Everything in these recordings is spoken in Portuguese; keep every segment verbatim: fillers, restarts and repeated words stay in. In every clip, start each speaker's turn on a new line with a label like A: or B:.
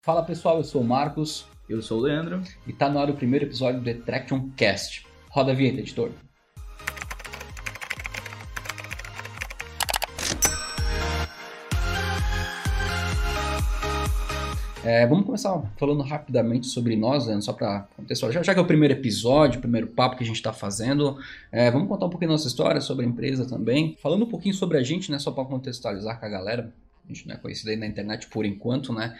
A: Fala pessoal, eu sou o Marcos.
B: Eu sou o Leandro.
A: E tá no ar o primeiro episódio do The Traction Cast. Roda a vinheta, editor. É, vamos começar falando rapidamente sobre nós, né? Só para contextualizar, já que é o primeiro episódio, o primeiro papo que a gente está fazendo, é, vamos contar um pouquinho da nossa história sobre a empresa também, falando um pouquinho sobre a gente, né? Só para contextualizar com a galera, a gente não é conhecido aí na internet por enquanto, né?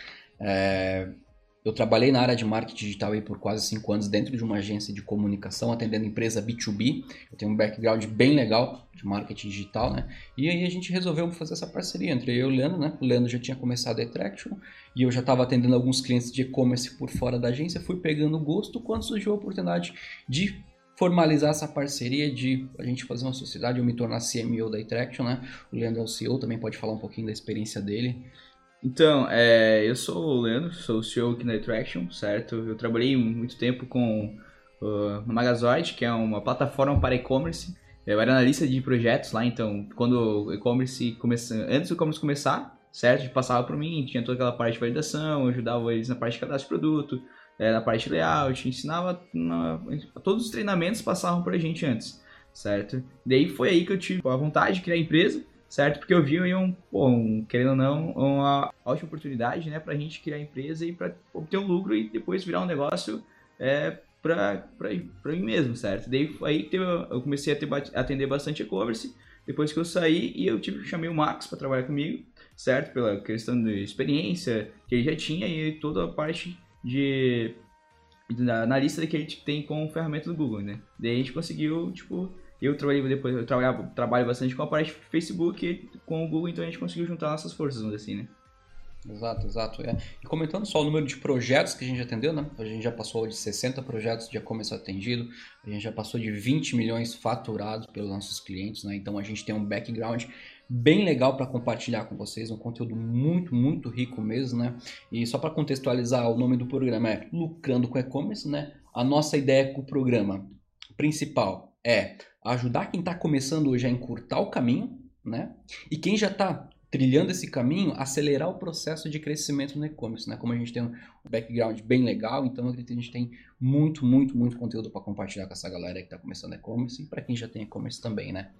A: É, eu trabalhei na área de marketing digital aí por quase cinco anos dentro de uma agência de comunicação, atendendo empresa B dois B. Eu tenho um background bem legal de marketing digital, né? E aí a gente resolveu fazer essa parceria entre eu e o Leandro, né? O Leandro já tinha começado a Traction e eu já estava atendendo alguns clientes de e-commerce por fora da agência. Fui pegando gosto quando surgiu a oportunidade de formalizar essa parceria, de a gente fazer uma sociedade, eu me tornar C M O da Traction, né? O Leandro é o C E O, também pode falar um pouquinho da experiência dele.
B: Então, é, eu sou o Leandro, sou o C E O aqui na Traction, certo? Eu trabalhei muito tempo com uh, a Magazoid, que é uma plataforma para e-commerce. Eu era analista de projetos lá, então quando o e-commerce começa, antes do e-commerce começar, certo? Passava por mim, tinha toda aquela parte de validação, eu ajudava eles na parte de cadastro de produto, é, na parte de layout, ensinava, na, todos os treinamentos passavam por a gente antes, certo? Daí foi aí que eu tive a vontade de criar a empresa, certo? Porque eu vi aí um, pô, um, querendo ou não, uma ótima oportunidade, né, pra gente criar a empresa e pra obter um lucro e depois virar um negócio é, pra, pra, pra mim mesmo, certo? Daí foi aí que eu comecei a, ter, a atender bastante e-commerce, depois que eu saí e eu tive, chamei o Max para trabalhar comigo, certo? Pela questão de experiência que ele já tinha e toda a parte de, de na lista que a gente tem com ferramenta do Google, né? Daí a gente conseguiu, tipo... Eu trabalhei depois, eu trabalho, trabalho bastante com a parte de Facebook e com o Google, então a gente conseguiu juntar nossas forças, vamos dizer assim, né?
A: Exato, exato. É. E comentando só o número de projetos que a gente atendeu, né? A gente já passou de sessenta projetos de e-commerce atendido, a gente já passou de vinte milhões faturados pelos nossos clientes, né? Então a gente tem um background bem legal para compartilhar com vocês, um conteúdo muito, muito rico mesmo, né? E só para contextualizar, o nome do programa é Lucrando com E-commerce, né? A nossa ideia com o programa principal é ajudar quem está começando hoje a encurtar o caminho, né? E quem já está trilhando esse caminho, acelerar o processo de crescimento no e-commerce, né? Como a gente tem um background bem legal, então eu acredito que a gente tem muito, muito, muito conteúdo para compartilhar com essa galera que está começando e-commerce e para quem já tem e-commerce também, né?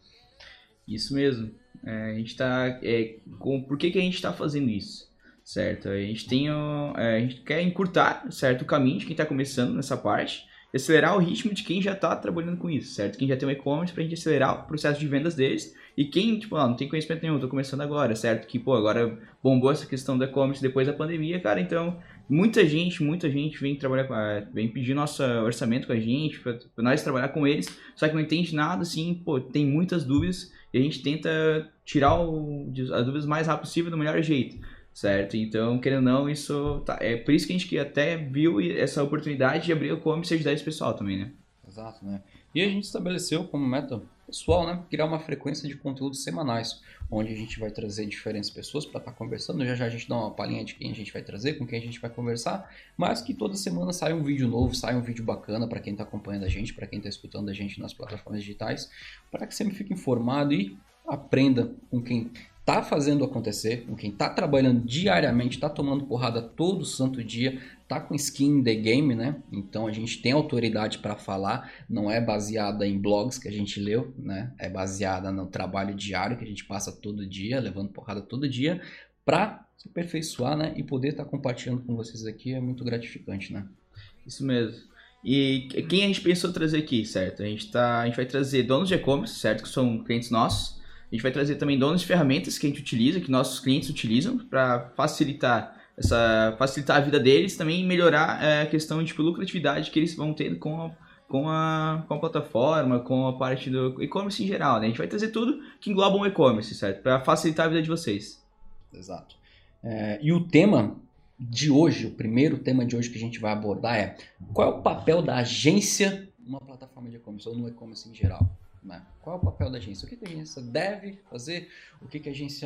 B: Isso mesmo. É, a gente tá, é, com, por que, que a gente está fazendo isso? Certo? A gente tem, é, a gente quer encurtar, certo, o caminho de quem está começando nessa parte, acelerar o ritmo de quem já está trabalhando com isso, certo? Quem já tem um e-commerce para a gente acelerar o processo de vendas deles. E quem, tipo, ah, não tem conhecimento nenhum, tô começando agora, certo? Que, pô, agora bombou essa questão do e-commerce depois da pandemia, cara, então muita gente, muita gente vem trabalhar com a, vem pedir nosso orçamento com a gente, pra, pra nós trabalhar com eles, só que não entende nada, assim, pô, tem muitas dúvidas e a gente tenta tirar o, as dúvidas o mais rápido possível do melhor jeito, certo? Então, querendo ou não, isso tá, é por isso que a gente até viu essa oportunidade de abrir o e-commerce e ajudar esse pessoal também, né?
A: Exato, né? E a gente estabeleceu como meta pessoal, né, criar uma frequência de conteúdos semanais, onde a gente vai trazer diferentes pessoas para estar tá conversando. Já já a gente dá uma palhinha de quem a gente vai trazer, com quem a gente vai conversar, mas que toda semana saia um vídeo novo, saia um vídeo bacana para quem está acompanhando a gente, para quem está escutando a gente nas plataformas digitais, para que sempre fique informado e aprenda com quem tá fazendo acontecer, com quem tá trabalhando diariamente, tá tomando porrada todo santo dia, tá com skin in the game, né? Então a gente tem autoridade para falar, não é baseada em blogs que a gente leu, né? É baseada no trabalho diário que a gente passa todo dia, levando porrada todo dia, para se aperfeiçoar, né? E poder estar tá compartilhando com vocês aqui é muito gratificante, né?
B: Isso mesmo. E quem a gente pensou trazer aqui, certo? A gente, tá, a gente vai trazer donos de e-commerce, certo? Que são clientes nossos. A gente vai trazer também donos de ferramentas que a gente utiliza, que nossos clientes utilizam para facilitar, essa, facilitar a vida deles, também melhorar é, a questão de tipo, lucratividade que eles vão ter com a, com, a, com a plataforma, com a parte do e-commerce em geral, né? A gente vai trazer tudo que engloba um e-commerce, certo? Para facilitar a vida de vocês.
A: Exato. É, e o tema de hoje, o primeiro tema de hoje que a gente vai abordar é qual é o papel da agência numa plataforma de e-commerce ou no e-commerce em geral? Né? Qual é o papel da agência? O que, que a agência deve fazer? O que, que a agência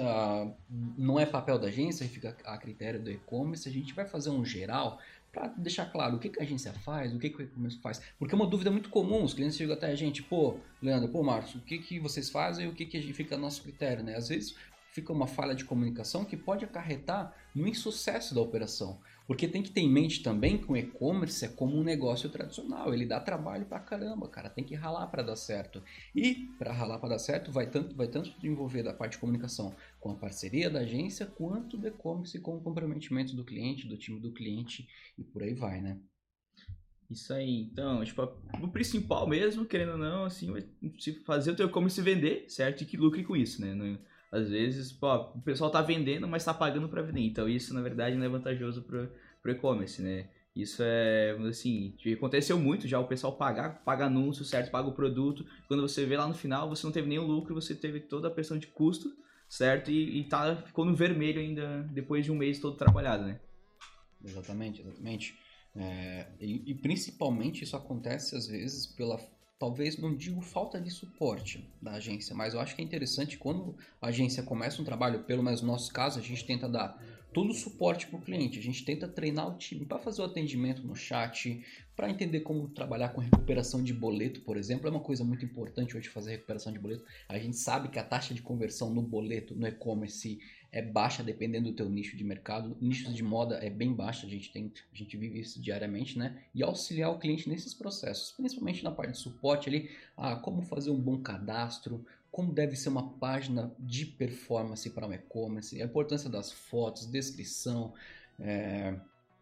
A: não é papel da agência, fica a critério do e-commerce. A gente vai fazer um geral para deixar claro o que, que a agência faz, o que, que o e-commerce faz. Porque é uma dúvida muito comum, os clientes chegam até a gente, pô, Leandro, pô, Marcos, o que, que vocês fazem e o que, que fica a nosso critério, né? Às vezes fica uma falha de comunicação que pode acarretar no insucesso da operação. Porque tem que ter em mente também que o e-commerce é como um negócio tradicional, ele dá trabalho pra caramba, cara, tem que ralar para dar certo. E para ralar para dar certo vai tanto, vai tanto envolver da parte de comunicação com a parceria da agência, quanto do e-commerce com o comprometimento do cliente, do time do cliente e por aí vai, né?
B: Isso aí, então, tipo, o principal mesmo, querendo ou não, assim, vai se fazer o teu e-commerce vender, certo? E que lucre com isso, né? Não- às vezes, pô, o pessoal tá vendendo, mas tá pagando para vender. Então, isso, na verdade, não é vantajoso pro, pro e-commerce, né? Isso é, assim, que aconteceu muito já, o pessoal pagar, paga anúncio, certo? Paga o produto. Quando você vê lá no final, você não teve nenhum lucro, você teve toda a pressão de custo, certo? E, e tá, ficou no vermelho ainda depois de um mês todo trabalhado, né?
A: Exatamente, exatamente. É, e, e principalmente isso acontece às vezes pela, talvez não digo falta de suporte da agência, mas eu acho que é interessante quando a agência começa um trabalho, pelo menos no nosso caso, a gente tenta dar todo o suporte para o cliente, a gente tenta treinar o time para fazer o atendimento no chat, para entender como trabalhar com recuperação de boleto, por exemplo, é uma coisa muito importante hoje fazer recuperação de boleto. A gente sabe que a taxa de conversão no boleto, no e-commerce, é baixa dependendo do teu nicho de mercado. Nichos de moda é bem baixa, a gente tem, a gente vive isso diariamente, né? E auxiliar o cliente nesses processos, principalmente na parte de suporte ali, ah, como fazer um bom cadastro, como deve ser uma página de performance para um e-commerce, a importância das fotos, descrição, é,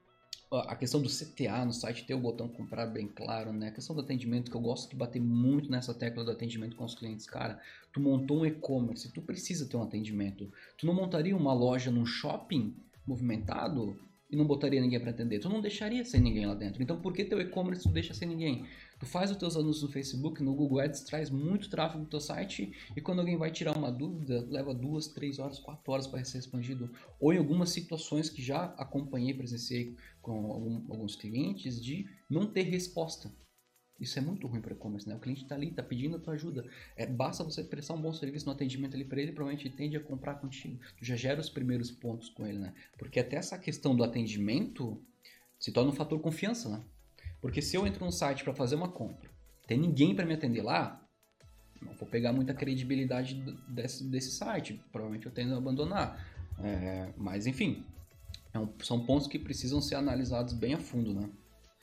A: a questão do C T A no site, ter o botão comprar bem claro, né? A questão do atendimento, que eu gosto de bater muito nessa tecla do atendimento com os clientes. Cara, tu montou um e-commerce, tu precisa ter um atendimento. Tu não montaria uma loja num shopping movimentado e não botaria ninguém para atender? Tu não deixaria sem ninguém lá dentro. Então por que teu e-commerce tu deixa sem ninguém? Tu faz os teus anúncios no Facebook, no Google Ads, traz muito tráfego do teu site e quando alguém vai tirar uma dúvida, leva duas, três horas, quatro horas para ser respondido. Ou em algumas situações que já acompanhei, presenciei com alguns clientes, de não ter resposta. Isso é muito ruim para o e-commerce, né? O cliente está ali, está pedindo a tua ajuda. É, basta você prestar um bom serviço no atendimento ali para ele, provavelmente ele tende a comprar contigo. Tu já gera os primeiros pontos com ele, né? Porque até essa questão do atendimento se torna um fator confiança, né? Porque se eu entro num site para fazer uma compra, tem ninguém para me atender lá, não vou pegar muita credibilidade desse, desse site. Provavelmente eu tendo a abandonar. É, mas enfim, é um, são pontos que precisam ser analisados bem a fundo, né?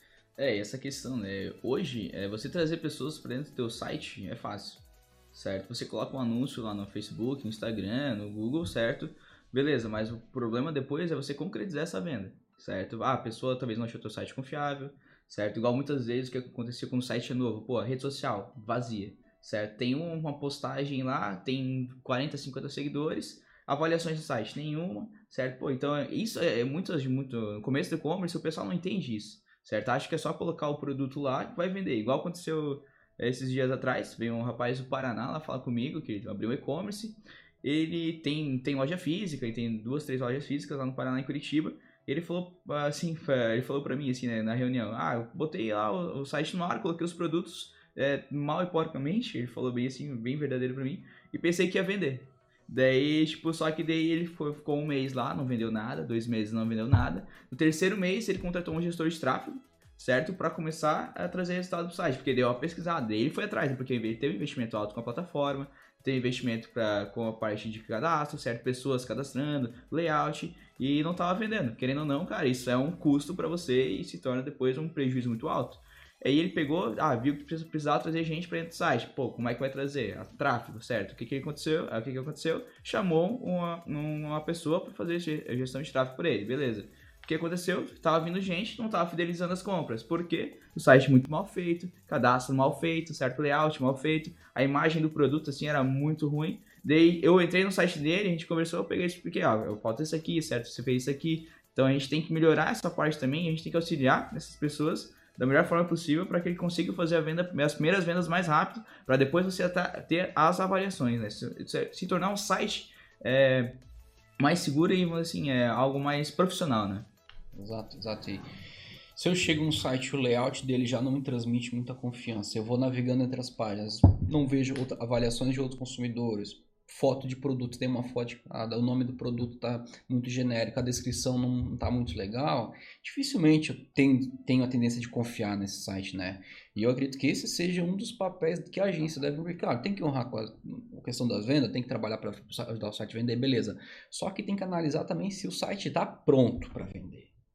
B: É, essa questão, né? Hoje, é, você trazer pessoas para dentro do teu site é fácil, certo? Você coloca um anúncio lá no Facebook, no Instagram, no Google, certo? Beleza, mas o problema depois é você concretizar essa venda, certo? Ah, a pessoa talvez não achou teu site confiável, certo? Igual muitas vezes o que acontecia quando o site é novo, pô, a rede social vazia, certo? Tem uma postagem lá, tem quarenta, cinquenta seguidores, avaliações do site nenhuma, certo? Pô, então isso é, é muito, muito, no começo do e-commerce o pessoal não entende isso, certo? Acho que é só colocar o produto lá que vai vender. Igual aconteceu esses dias atrás, veio um rapaz do Paraná lá falar comigo, que ele abriu um e-commerce. Ele tem, tem loja física, ele tem duas, três lojas físicas lá no Paraná, em Curitiba. Ele falou assim, ele falou pra mim assim, né, na reunião, ah, eu botei lá o, o site no ar, coloquei os produtos é, mal e porcamente, ele falou bem assim, bem verdadeiro pra mim, e pensei que ia vender. Daí, tipo, só que daí ele foi, ficou um mês lá, não vendeu nada, dois meses não vendeu nada. No terceiro mês ele contratou um gestor de tráfego, certo? Para começar a trazer resultado do site, porque deu uma pesquisada. Daí ele foi atrás, porque ele teve investimento alto com a plataforma, teve investimento pra, com a parte de cadastro, certo? Pessoas cadastrando, layout, e não estava vendendo. Querendo ou não, cara, isso é um custo para você e se torna depois um prejuízo muito alto. Aí ele pegou, ah, viu que precisava trazer gente para dentro do site. Pô, como é que vai trazer? A tráfego, certo? O que que aconteceu? O que que aconteceu? Chamou uma, uma pessoa para fazer gestão de tráfego por ele, beleza. O que aconteceu? Tava vindo gente, não tava fidelizando as compras. Por quê? O site muito mal feito, cadastro mal feito, certo? Layout mal feito, a imagem do produto assim era muito ruim. Daí eu entrei no site dele, a gente conversou, eu peguei e expliquei, ó, eu falta isso aqui, certo? Você fez isso aqui. Então a gente tem que melhorar essa parte também, a gente tem que auxiliar essas pessoas da melhor forma possível para que ele consiga fazer a venda, as primeiras vendas mais rápido, para depois você ter as avaliações, né? Se, se tornar um site é, mais seguro e assim, é algo mais profissional, né?
A: Exato, exato. E se eu chego no site, o layout dele já não me transmite muita confiança. Eu vou navegando entre as páginas, não vejo outra, avaliações de outros consumidores. Foto de produto, tem uma foto, ah, o nome do produto está muito genérico, a descrição não está muito legal. Dificilmente eu tenho, tenho a tendência de confiar nesse site, né? E eu acredito que esse seja um dos papéis que a agência deve cumprir. Claro, tem que honrar com a, a questão das vendas, tem que trabalhar para ajudar o site a vender, beleza. Só que tem que analisar também se o site está pronto para vender.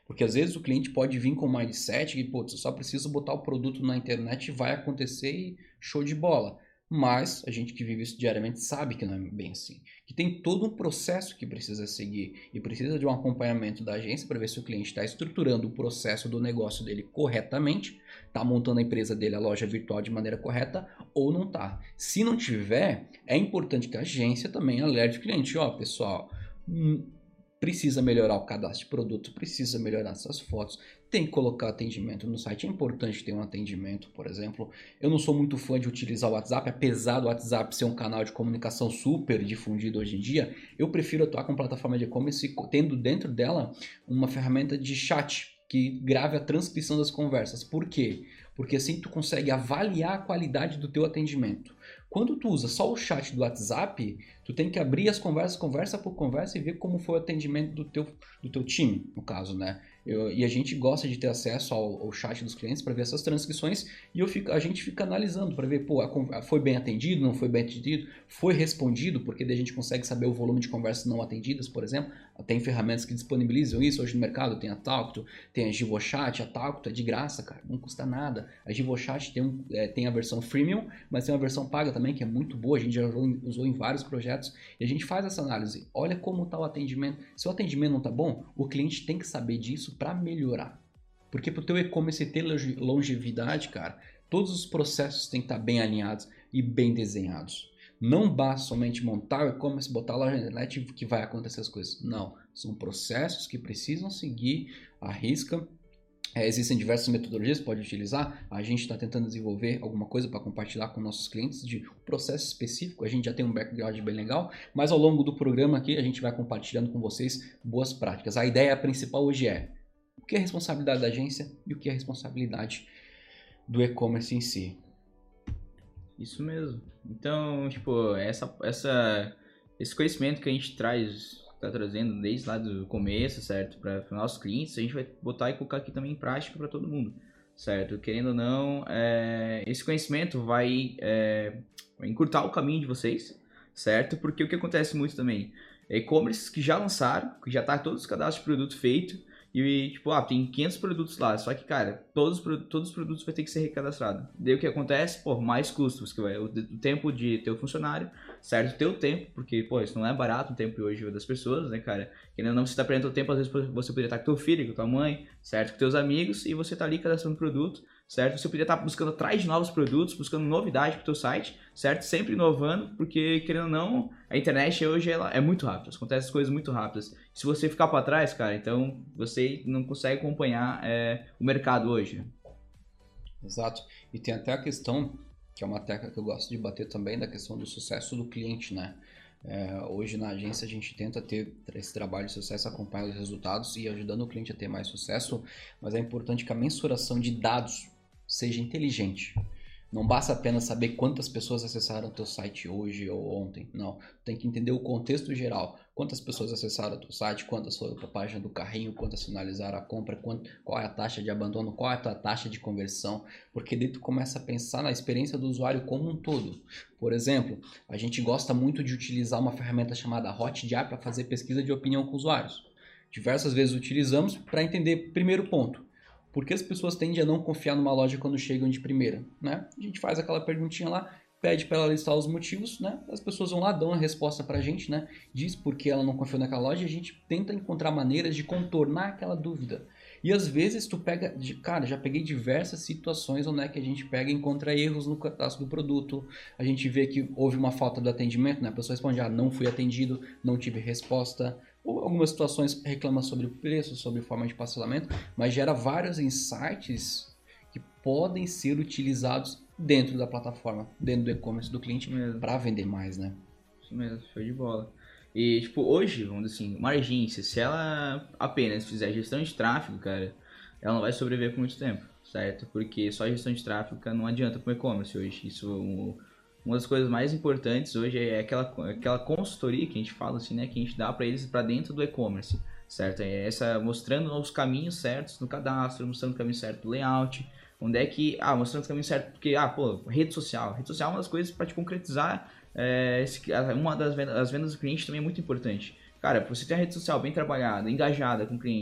A: Porque às vezes o cliente pode vir com um mindset que, pô, eu só preciso botar o produto na internet e vai acontecer e show de bola. Mas a gente que vive isso diariamente sabe que não é bem assim. Que tem todo um processo que precisa seguir e precisa de um acompanhamento da agência para ver se o cliente está estruturando o processo do negócio dele corretamente, está montando a empresa dele, a loja virtual de maneira correta ou não está. Se não tiver, é importante que a agência também alerte o cliente. Ó, pessoal, hum, precisa melhorar o cadastro de produto, precisa melhorar essas fotos, tem que colocar atendimento no site, é importante ter um atendimento, por exemplo. Eu não sou muito fã de utilizar o WhatsApp, apesar do WhatsApp ser um canal de comunicação super difundido hoje em dia, eu prefiro atuar com plataforma de e-commerce tendo dentro dela uma ferramenta de chat que grave a transcrição das conversas. Por quê? Porque assim tu consegue avaliar a qualidade do teu atendimento. Quando tu usa só o chat do WhatsApp, tu tem que abrir as conversas, conversa por conversa e ver como foi o atendimento do teu, do teu time, no caso, né? Eu, e a gente gosta de ter acesso ao, ao chat dos clientes para ver essas transcrições e eu fico, a gente fica analisando para ver, pô, a, foi bem atendido, não foi bem atendido, foi respondido, porque daí a gente consegue saber o volume de conversas não atendidas, por exemplo. Tem ferramentas que disponibilizam isso hoje no mercado, tem a Talkto, tem a GivoChat, a Talkto é de graça, cara, não custa nada. A GivoChat tem, um, é, tem a versão freemium, mas tem uma versão paga também, que é muito boa, a gente já usou em vários projetos, e a gente faz essa análise, olha como está o atendimento, se o atendimento não está bom, o cliente tem que saber disso para melhorar, porque para o teu e-commerce ter longevidade, cara, todos os processos têm que estar bem alinhados e bem desenhados. Não basta somente montar o e-commerce, botar lá na internet que vai acontecer as coisas, não, são processos que precisam seguir à risca. É, existem diversas metodologias que pode utilizar, a gente está tentando desenvolver alguma coisa para compartilhar com nossos clientes de um processo específico, a gente já tem um background bem legal, mas ao longo do programa aqui a gente vai compartilhando com vocês boas práticas. A ideia principal hoje é o que é responsabilidade da agência e o que é responsabilidade do e-commerce em si.
B: Isso mesmo. Então, tipo, essa, essa, esse conhecimento que a gente traz... está trazendo desde lá do começo, certo, para os nossos clientes, a gente vai botar e colocar aqui também em prática para todo mundo, certo? Querendo ou não, é, esse conhecimento vai, é, vai encurtar o caminho de vocês, certo? Porque o que acontece muito também, é e-commerce que já lançaram, que já tá todos os cadastros de produto feito, e tipo, ah, tem quinhentos produtos lá, só que, cara, todos, todos os produtos vai ter que ser recadastrado. Daí o que acontece? Pô, mais custos, que vai, o, o tempo de teu funcionário, certo? O teu tempo, porque, pô, isso não é barato o tempo hoje das pessoas, né, cara? Querendo ou não, você tá perdendo o tempo, às vezes você poderia estar com teu filho, com tua mãe, certo? Com teus amigos, e você tá ali cadastrando produto, certo? Você poderia estar buscando atrás de novos produtos, buscando novidade pro teu site, certo? Sempre inovando, porque, querendo ou não, a internet hoje ela é muito rápida, acontecem coisas muito rápidas. Se você ficar para trás, cara, então você não consegue acompanhar é, o mercado hoje.
A: Exato. E tem até a questão, que é uma tecla que eu gosto de bater também, da questão do sucesso do cliente, né? É, hoje na agência a gente tenta ter esse trabalho de sucesso, acompanhar os resultados e ajudando o cliente a ter mais sucesso, mas é importante que a mensuração de dados seja inteligente. Não basta apenas saber quantas pessoas acessaram o teu site hoje ou ontem. Não, tem que entender o contexto geral. Quantas pessoas acessaram o teu site, quantas foram para a página do carrinho, quantas finalizaram a compra, quanto, qual é a taxa de abandono, qual é a tua taxa de conversão, porque daí tu começa a pensar na experiência do usuário como um todo. Por exemplo, a gente gosta muito de utilizar uma ferramenta chamada Hotjar para fazer pesquisa de opinião com usuários. Diversas vezes utilizamos para entender, primeiro ponto, por que as pessoas tendem a não confiar numa loja quando chegam de primeira, né? A gente faz aquela perguntinha lá, pede para ela listar os motivos, né? As pessoas vão lá, dão a resposta para a gente, né? Diz por que ela não confiou naquela loja e a gente tenta encontrar maneiras de contornar aquela dúvida. E às vezes tu pega, cara, já peguei diversas situações onde é que a gente pega e encontra erros no cadastro do produto, a gente vê que houve uma falta de atendimento, né? A pessoa responde, ah, não fui atendido, não tive resposta, ou algumas situações reclama sobre o preço, sobre forma de parcelamento, mas gera vários insights que podem ser utilizados dentro da plataforma, dentro do e-commerce do cliente, para vender mais, né?
B: Isso mesmo, show de bola. E, tipo, hoje, vamos dizer assim, uma agência, se ela apenas fizer gestão de tráfego, cara, ela não vai sobreviver por muito tempo, certo? Porque só gestão de tráfego não adianta para o e-commerce hoje. Isso, um, uma das coisas mais importantes hoje é aquela, aquela consultoria que a gente fala, assim, né, que a gente dá para eles para dentro do e-commerce, certo? É essa, mostrando os caminhos certos no cadastro, mostrando o caminho certo do layout, onde é que, ah, mostrando o caminho certo, porque, ah, pô, rede social, rede social é uma das coisas para te concretizar. É, uma das vendas, as vendas do cliente também é muito importante. Cara, você tem a rede social bem trabalhada, engajada com o cliente,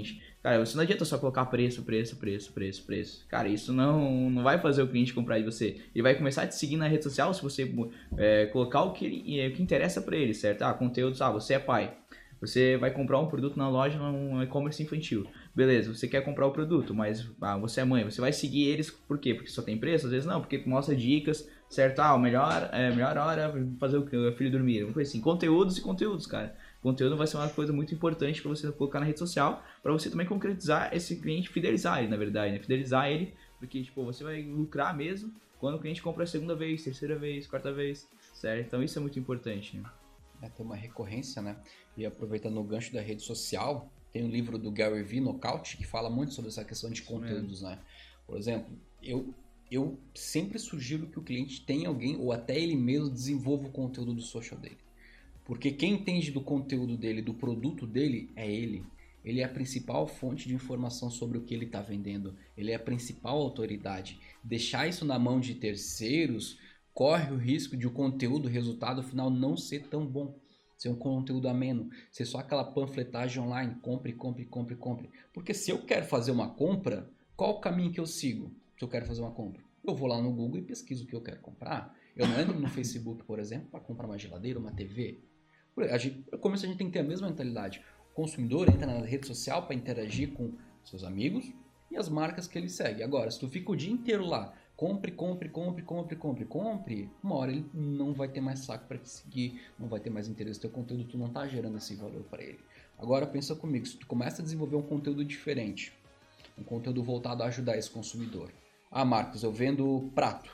B: Cara, você não adianta só colocar preço, preço, preço, preço, preço. Cara, isso não, não vai fazer o cliente comprar de você. Ele vai começar a te seguir na rede social se você é, colocar o que, ele, o que interessa pra ele, certo? Ah, conteúdos, ah, você é pai. Você vai comprar um produto na loja, num e-commerce infantil. Beleza, você quer comprar o produto, mas ah, você é mãe, você vai seguir eles por quê? Porque só tem preço? Às vezes não, porque mostra dicas, certo? Ah, melhor, é, melhor hora fazer o, o filho dormir. Uma coisa assim, conteúdos e conteúdos, cara. Conteúdo vai ser uma coisa muito importante para você colocar na rede social, para você também concretizar esse cliente, fidelizar ele, na verdade, né? Fidelizar ele, porque tipo, você vai lucrar mesmo quando o cliente compra a segunda vez, terceira vez, quarta vez, certo? Então isso é muito importante, né?
A: É ter uma recorrência, né? E aproveitando o gancho da rede social, tem um livro do Gary Vee, Knockout, que fala muito sobre essa questão de conteúdos, né? Por exemplo, eu, eu sempre sugiro que o cliente tenha alguém, ou até ele mesmo, desenvolva o conteúdo do social dele. Porque quem entende do conteúdo dele, do produto dele, é ele. Ele é a principal fonte de informação sobre o que ele está vendendo. Ele é a principal autoridade. Deixar isso na mão de terceiros corre o risco de o conteúdo, o resultado final não ser tão bom. Ser um conteúdo ameno. Ser só aquela panfletagem online. Compre, compre, compre, compre. Porque se eu quero fazer uma compra, qual o caminho que eu sigo se eu quero fazer uma compra? Eu vou lá no Google e pesquiso o que eu quero comprar. Eu não entro no Facebook, por exemplo, para comprar uma geladeira, uma T V. A gente, como a gente tem que ter a mesma mentalidade. O consumidor entra na rede social para interagir com seus amigos e as marcas que ele segue. Agora, se tu fica o dia inteiro lá, compre, compre, compre, compre, compre, compre, uma hora ele não vai ter mais saco para te seguir, não vai ter mais interesse no teu conteúdo, tu não tá gerando esse valor para ele. Agora pensa comigo, se tu começa a desenvolver um conteúdo diferente, um conteúdo voltado a ajudar esse consumidor. Ah, Marcos, eu vendo prato.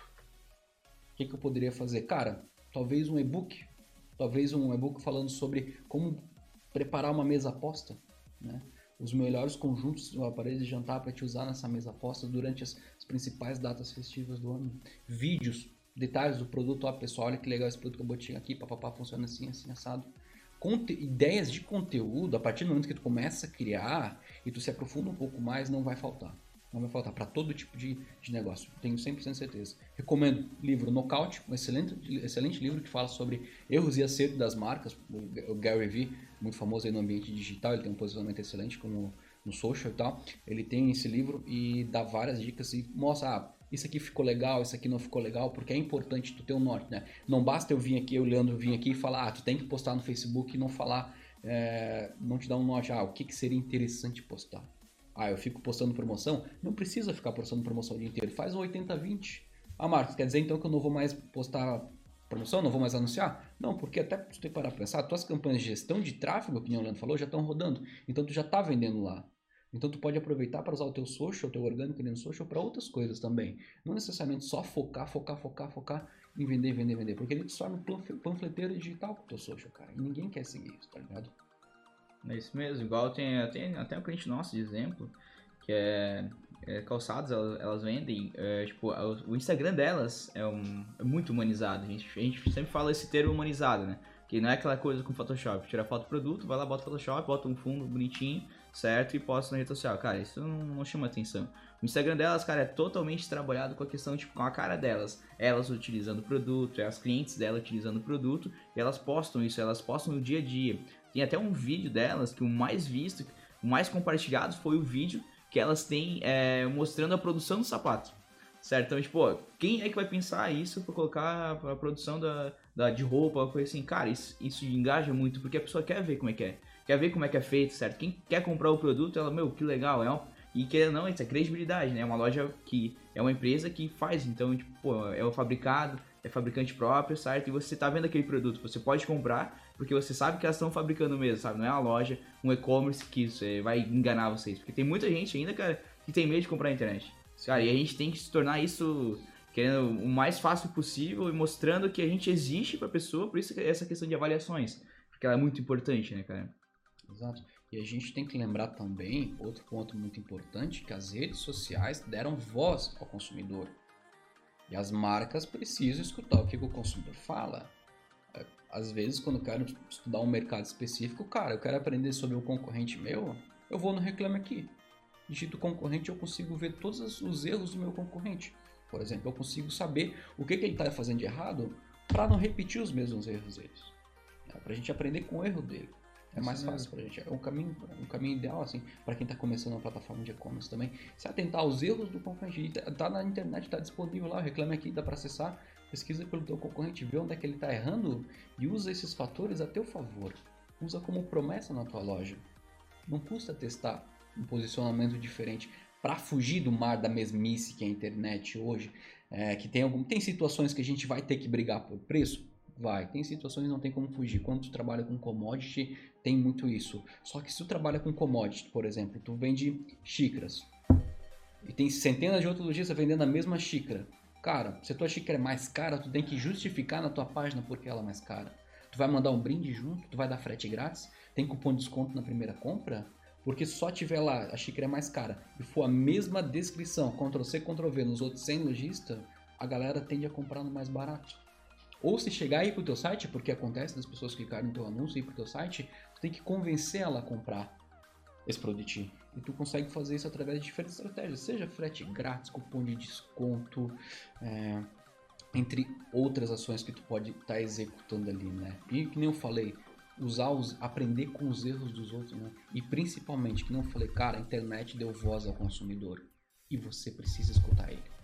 A: O que, que eu poderia fazer? Cara, talvez um e-book. Talvez um e-book falando sobre como preparar uma mesa aposta, né? Os melhores conjuntos do aparelho de jantar para te usar nessa mesa aposta durante as, as principais datas festivas do ano. Vídeos, detalhes do produto. Ó, pessoal, olha que legal esse produto que eu botei aqui, papapá, funciona assim, assim, assado. Conte- ideias de conteúdo, a partir do momento que tu começa a criar e tu se aprofunda um pouco mais, não vai faltar. Não vai faltar para todo tipo de, de negócio, tenho cem por cento de certeza. Recomendo o livro Knockout, um excelente, excelente livro que fala sobre erros e acertos das marcas. O Gary Vee, muito famoso aí no ambiente digital, ele tem um posicionamento excelente como no social e tal. Ele tem esse livro e dá várias dicas e mostra, ah, isso aqui ficou legal, isso aqui não ficou legal, porque é importante tu ter um norte, né? Não basta eu vir aqui, eu, Leandro, vir aqui e falar, ah, tu tem que postar no Facebook e não falar, é, não te dar um norte, ah, o que, que seria interessante postar. Ah, eu fico postando promoção? Não precisa ficar postando promoção o dia inteiro. Faz um oitenta vinte. Ah, Marcos, quer dizer então que eu não vou mais postar promoção? Não vou mais anunciar? Não, porque até tu tem que parar pra pensar, tuas campanhas de gestão de tráfego, que o Leandro falou, já estão rodando. Então tu já tá vendendo lá. Então tu pode aproveitar para usar o teu social, o teu orgânico ali no social para outras coisas também. Não necessariamente só focar, focar, focar, focar em vender, vender, vender. Porque ele te torna um panfleteiro digital com o teu social, cara. E ninguém quer seguir isso, tá ligado?
B: É isso mesmo, igual tem, tem até um cliente nosso de exemplo, que é, é calçados, elas, elas vendem, é, tipo, o Instagram delas é, um, é muito humanizado, a gente, a gente sempre fala esse termo humanizado, né? Que não é aquela coisa com Photoshop, tira foto do produto, vai lá, bota Photoshop, bota um fundo bonitinho, certo? E posta na rede social. Cara, isso não, não chama atenção. O Instagram delas, cara, é totalmente trabalhado com a questão, tipo, com a cara delas. Elas utilizando o produto, as clientes dela utilizando o produto, e elas postam isso, elas postam no dia a dia. Tem até um vídeo delas que o mais visto, o mais compartilhado foi o vídeo que elas têm é, mostrando a produção do sapato. Certo? Então, tipo, ó, quem é que vai pensar isso pra colocar a produção da, da, de roupa, coisa assim? Cara, isso, isso engaja muito, porque a pessoa quer ver como é que é. Quer ver como é que é feito, certo? Quem quer comprar o produto, ela, meu, que legal, é um, e que não, isso é credibilidade, né? É uma loja que é uma empresa que faz, então, tipo, pô, é o fabricado, é fabricante próprio, certo? E você tá vendo aquele produto, você pode comprar, porque você sabe que elas estão fabricando mesmo, sabe? Não é uma loja, um e-commerce que isso é, vai enganar vocês, porque tem muita gente ainda, cara, que tem medo de comprar na internet. Cara, e a gente tem que se tornar isso querendo o mais fácil possível e mostrando que a gente existe para a pessoa, por isso essa questão de avaliações, porque ela é muito importante, né, cara?
A: Exato. E a gente tem que lembrar também, outro ponto muito importante, que as redes sociais deram voz ao consumidor. E as marcas precisam escutar o que o consumidor fala. Às vezes, quando eu quero estudar um mercado específico, cara, eu quero aprender sobre um concorrente meu, eu vou no Reclame Aqui. Digito concorrente, eu consigo ver todos os erros do meu concorrente. Por exemplo, eu consigo saber o que, que ele está fazendo de errado para não repetir os mesmos erros deles. É, para a gente aprender com o erro dele. É mais fácil pra gente. É um caminho, um caminho ideal, assim, para quem tá começando uma plataforma de e-commerce também. Se atentar aos erros do concorrente. Tá na internet, tá disponível lá, Reclame Aqui, dá para acessar. Pesquisa pelo teu concorrente, vê onde é que ele tá errando e usa esses fatores a teu favor. Usa como promessa na tua loja. Não custa testar um posicionamento diferente para fugir do mar da mesmice que é a internet hoje. É, que tem, algum, tem situações que a gente vai ter que brigar por preço. Vai, tem situações que não tem como fugir. Quando tu trabalha com commodity, tem muito isso. Só que se tu trabalha com commodity, por exemplo, tu vende xícaras e tem centenas de outros lojistas vendendo a mesma xícara. Cara, se a tua xícara é mais cara, tu tem que justificar na tua página porque ela é mais cara. Tu vai mandar um brinde junto, tu vai dar frete grátis, tem cupom de desconto na primeira compra, porque só tiver lá a xícara é mais cara e for a mesma descrição, control C, control V nos outros cem lojistas, a galera tende a comprar no mais barato. Ou se chegar aí pro teu site, porque acontece das pessoas clicarem no teu anúncio e ir pro teu site, tu tem que convencer ela a comprar esse produto. E tu consegue fazer isso através de diferentes estratégias, seja frete grátis, cupom de desconto, é, entre outras ações que tu pode estar tá executando ali, né? E que nem eu falei, usar os, aprender com os erros dos outros, né? E principalmente, que nem eu falei, cara, a internet deu voz ao consumidor e você precisa escutar ele.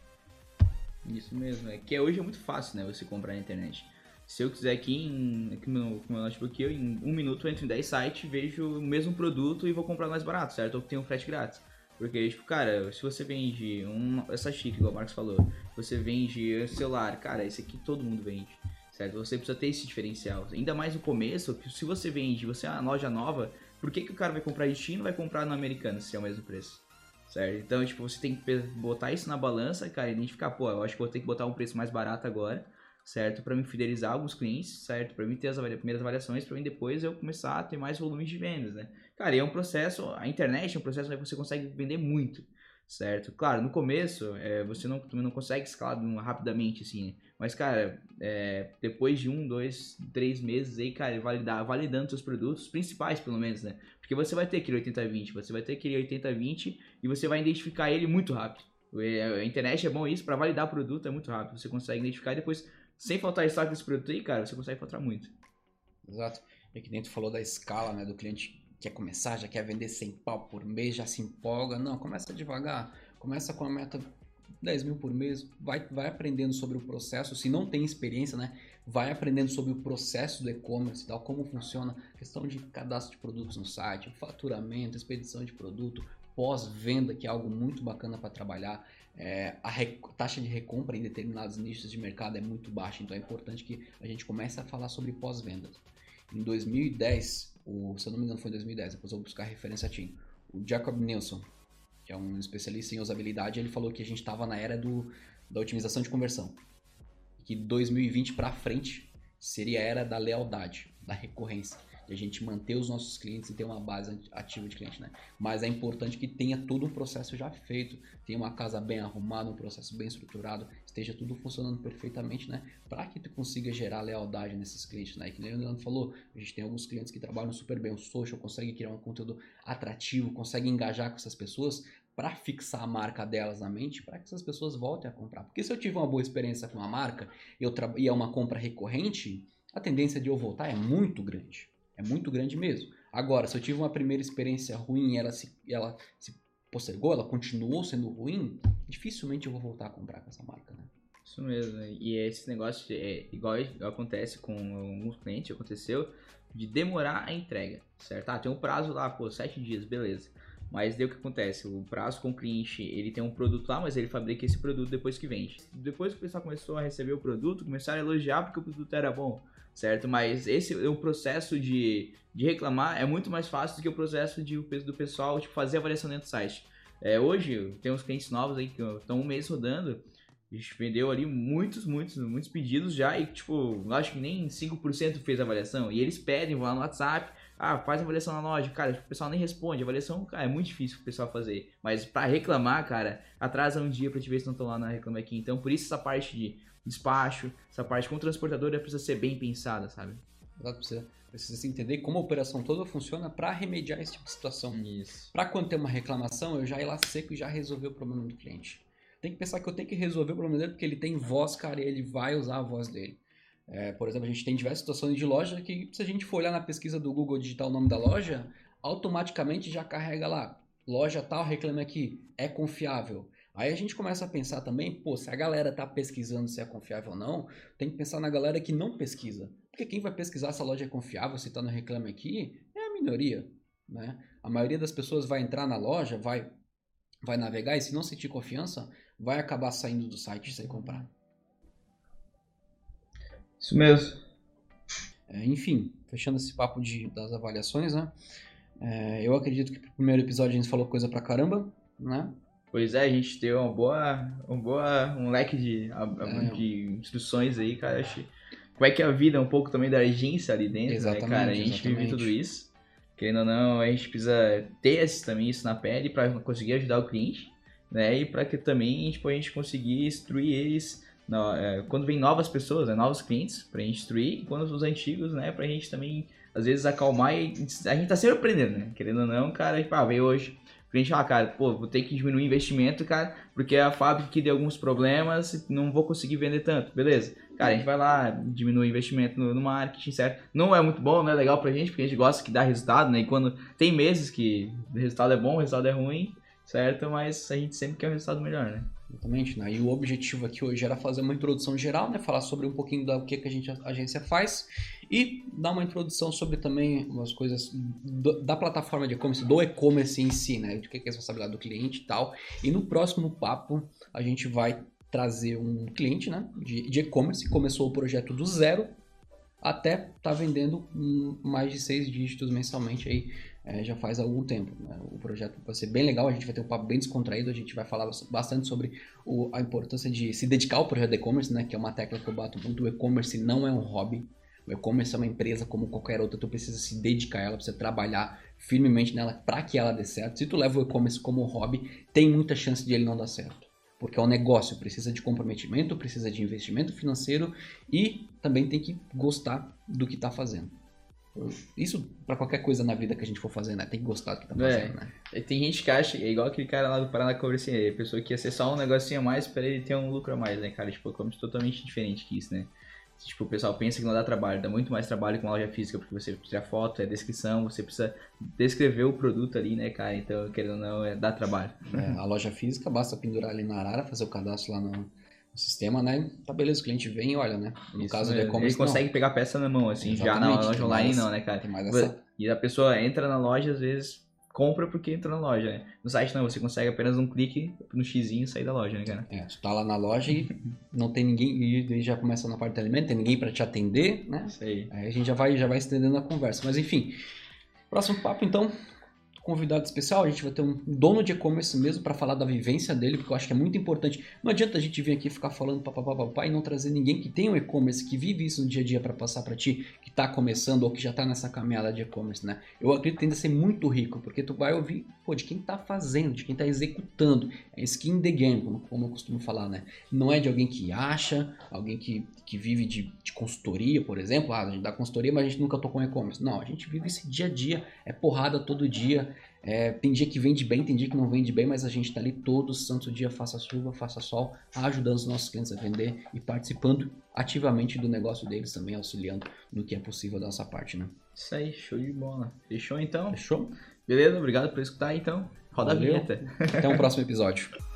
B: Isso mesmo, é que hoje é muito fácil, né, você comprar na internet. Se eu quiser aqui, em, aqui no meu, meu notebook, eu em um minuto eu entro em dez sites, vejo o mesmo produto e vou comprar mais barato, certo? Ou tem um frete grátis. Porque, tipo, cara, se você vende uma, essa xícara, igual o Marcos falou, você vende celular, cara, esse aqui todo mundo vende, certo? Você precisa ter esse diferencial. Ainda mais no começo, se você vende, você é uma loja nova, por que, que o cara vai comprar em China e não vai comprar no americano se é o mesmo preço? Certo? Então, tipo, você tem que botar isso na balança, cara, e identificar, pô, eu acho que vou ter que botar um preço mais barato agora, certo? Para me fidelizar alguns clientes, certo? Para mim ter as avalia- primeiras avaliações, para mim depois eu começar a ter mais volume de vendas, né? Cara, e é um processo, a internet é um processo onde você consegue vender muito, certo? Claro, no começo, é, você não, não consegue escalar rapidamente, assim, né? Mas, cara, é, depois de um, dois, três meses aí, cara, validar, validando seus produtos, principais pelo menos, né? Porque você vai ter aquele oitenta vinte, você vai ter aquele oitenta vinte e você vai identificar ele muito rápido. A internet é bom isso, para validar o produto é muito rápido. Você consegue identificar e depois, sem faltar estoque desse produto aí, cara, você consegue faturar muito.
A: Exato. E que nem tu falou da escala, né, do cliente quer começar, já quer vender cem pau por mês, já se empolga. Não, começa devagar, começa com a meta dez mil por mês, vai, vai aprendendo sobre o processo, se não tem experiência, né, vai aprendendo sobre o processo do e-commerce, tal, como funciona, questão de cadastro de produtos no site, faturamento, expedição de produto, pós-venda, que é algo muito bacana para trabalhar. É, a taxa de recompra em determinados nichos de mercado é muito baixa, então é importante que a gente comece a falar sobre pós-venda. Em dois mil e dez, o, se eu não me engano foi em dois mil e dez, depois eu vou buscar a referência T I M, o Jacob Nielsen, que é um especialista em usabilidade, ele falou que a gente estava na era do, da otimização de conversão, que dois mil e vinte para frente seria a era da lealdade, da recorrência, de a gente manter os nossos clientes e ter uma base ativa de cliente, né? Mas é importante que tenha todo um processo já feito, tenha uma casa bem arrumada, um processo bem estruturado, esteja tudo funcionando perfeitamente, né? Para que tu consiga gerar lealdade nesses clientes, né? E que nem o Leandro falou, a gente tem alguns clientes que trabalham super bem o social, conseguem criar um conteúdo atrativo, conseguem engajar com essas pessoas para fixar a marca delas na mente, para que essas pessoas voltem a comprar. Porque se eu tive uma boa experiência com a marca eu tra... e é uma compra recorrente, a tendência de eu voltar é muito grande. É muito grande mesmo. Agora, se eu tive uma primeira experiência ruim e ela se, ela se postergou, ela continuou sendo ruim, dificilmente eu vou voltar a comprar com essa marca, né?
B: Isso mesmo. E esse negócio é igual acontece com alguns clientes, aconteceu, de demorar a entrega, certo? Ah, tem um prazo lá, pô, sete dias, beleza. Mas daí o que acontece? O prazo com o cliente, ele tem um produto lá, mas ele fabrica esse produto depois que vende. Depois que o pessoal começou a receber o produto, começaram a elogiar porque o produto era bom, certo? Mas esse o processo de, de reclamar é muito mais fácil do que o processo de, do pessoal tipo, fazer avaliação dentro do site. É, hoje, tem uns clientes novos aí que estão um mês rodando, a gente vendeu ali muitos, muitos, muitos pedidos já e, tipo, acho que nem cinco por cento fez a avaliação. E eles pedem, vão lá no WhatsApp, ah, faz a avaliação na loja. Cara, o pessoal nem responde. A avaliação, cara, é muito difícil o pessoal fazer. Mas pra reclamar, cara, atrasa um dia pra te ver se não estão lá na Reclame Aqui. Então, por isso essa parte de despacho, essa parte com transportadora precisa ser bem pensada, sabe?
A: Precisa, precisa entender como a operação toda funciona para remediar esse tipo de situação.
B: Isso.
A: Para quando ter uma reclamação, eu já ir lá seco e já resolver o problema do cliente. Tem que pensar que eu tenho que resolver o problema dele porque ele tem voz, cara, e ele vai usar a voz dele. É, por exemplo, a gente tem diversas situações de loja que, se a gente for olhar na pesquisa do Google, digitar o nome da loja, automaticamente já carrega lá, loja tal, reclame aqui, é confiável. Aí a gente começa a pensar também, pô, se a galera tá pesquisando se é confiável ou não, tem que pensar na galera que não pesquisa. Porque quem vai pesquisar se a loja é confiável, se tá no reclame aqui, é a minoria, né? A maioria das pessoas vai entrar na loja, vai, vai navegar e se não sentir confiança, vai acabar saindo do site sem comprar.
B: Isso mesmo.
A: É, enfim, fechando esse papo de, das avaliações, né? É, eu acredito que pro primeiro episódio a gente falou coisa pra caramba, né?
B: Pois é, a gente deu uma boa, um boa, um leque de, é. de instruções aí, cara. Acho, como é que é a vida, um pouco também da agência ali dentro, exatamente, né, cara? A gente exatamente. vive tudo isso. Querendo ou não, a gente precisa ter esse, também isso na pele para conseguir ajudar o cliente, né? E para que também a gente, a gente conseguir instruir eles no, é, quando vem novas pessoas, né, novos clientes, para a gente instruir, e quando os antigos, né, para a gente também, às vezes, acalmar e a gente tá sempre aprendendo, né? Querendo ou não, cara, tipo, ah, veio hoje. O cliente, ah, cara, pô, vou ter que diminuir o investimento, cara, porque a fábrica que deu alguns problemas, não vou conseguir vender tanto, beleza? Cara, a gente vai lá, diminui o investimento no, no marketing, certo? Não é muito bom, não é legal pra gente, porque a gente gosta que dá resultado, né? E quando tem meses que o resultado é bom, o resultado é ruim, certo? Mas a gente sempre quer um resultado melhor, né?
A: Exatamente, né? E o objetivo aqui hoje era fazer uma introdução geral, né? Falar sobre um pouquinho do que, que a, gente, a agência faz e dar uma introdução sobre também umas coisas do, da plataforma de e-commerce, do e-commerce em si, né? De que é a responsabilidade do cliente e tal. E no próximo papo a gente vai trazer um cliente, né? De, de e-commerce que começou o projeto do zero até tá vendendo mais de seis dígitos mensalmente aí, é, já faz algum tempo, né? O projeto vai ser bem legal, a gente vai ter um papo bem descontraído, a gente vai falar bastante sobre o, a importância de se dedicar ao projeto de e-commerce, né? Que é uma tecla que eu bato muito, o e-commerce não é um hobby, o e-commerce é uma empresa como qualquer outra, tu precisa se dedicar a ela, precisa trabalhar firmemente nela para que ela dê certo. Se tu leva o e-commerce como hobby, tem muita chance de ele não dar certo. Porque é um negócio, precisa de comprometimento, precisa de investimento financeiro e também tem que gostar do que está fazendo. Isso para qualquer coisa na vida que a gente for fazer, né? Tem que gostar do que tá fazendo,
B: é,
A: né?
B: Tem gente que acha, é igual aquele cara lá do Paraná Commerce, assim, a pessoa que ia ser só um negocinho a mais para ele ter um lucro a mais, né, cara? Tipo, como totalmente diferente que isso, né? Tipo, o pessoal pensa que não dá trabalho, dá muito mais trabalho que uma loja física, porque você precisa de foto, é descrição, você precisa descrever o produto ali, né, cara? Então, querendo ou não, é, dá trabalho.
A: É, a loja física, basta pendurar ali na arara, fazer o cadastro lá no, no sistema, né? Tá beleza, o cliente vem e olha, né? No
B: Isso
A: caso do
B: mesmo.
A: e-commerce,
B: Ele consegue
A: não.
B: pegar a peça na mão, assim,
A: Exatamente,
B: já na loja online
A: essa,
B: não, né, cara?
A: Tem mais essa...
B: E a pessoa entra na loja, às vezes... compra porque entra na loja, né? No site não, você consegue apenas um clique no xizinho sair da loja, né, cara?
A: É, tu tá lá na loja e não tem ninguém, e aí já começa na parte de alimento, tem ninguém pra te atender, né?
B: Isso aí.
A: Aí a gente já vai, já vai estendendo a conversa. Mas enfim, próximo papo então, convidado especial, a gente vai ter um dono de e-commerce mesmo para falar da vivência dele, porque eu acho que é muito importante. Não adianta a gente vir aqui ficar falando papapá e não trazer ninguém que tem um e-commerce, que vive isso no dia a dia para passar para ti, que tá começando ou que já tá nessa caminhada de e-commerce, né? Eu acredito que tende a ser muito rico, porque tu vai ouvir, pô, de quem tá fazendo, de quem tá executando. É skin in the game, como, como eu costumo falar, né? Não é de alguém que acha, alguém que, que vive de, de consultoria, por exemplo. Ah, a gente dá consultoria, mas a gente nunca tocou em e-commerce. Não, a gente vive esse dia a dia, é porrada todo dia. É, tem dia que vende bem, tem dia que não vende bem, mas a gente tá ali todo santo dia, faça chuva, faça sol, ajudando os nossos clientes a vender e participando ativamente do negócio deles também, auxiliando no que é possível da nossa parte, né?
B: Isso aí, show de bola. Fechou então?
A: Fechou?
B: Beleza, obrigado por escutar então. Roda
A: Valeu.
B: a vinheta.
A: Até o próximo episódio.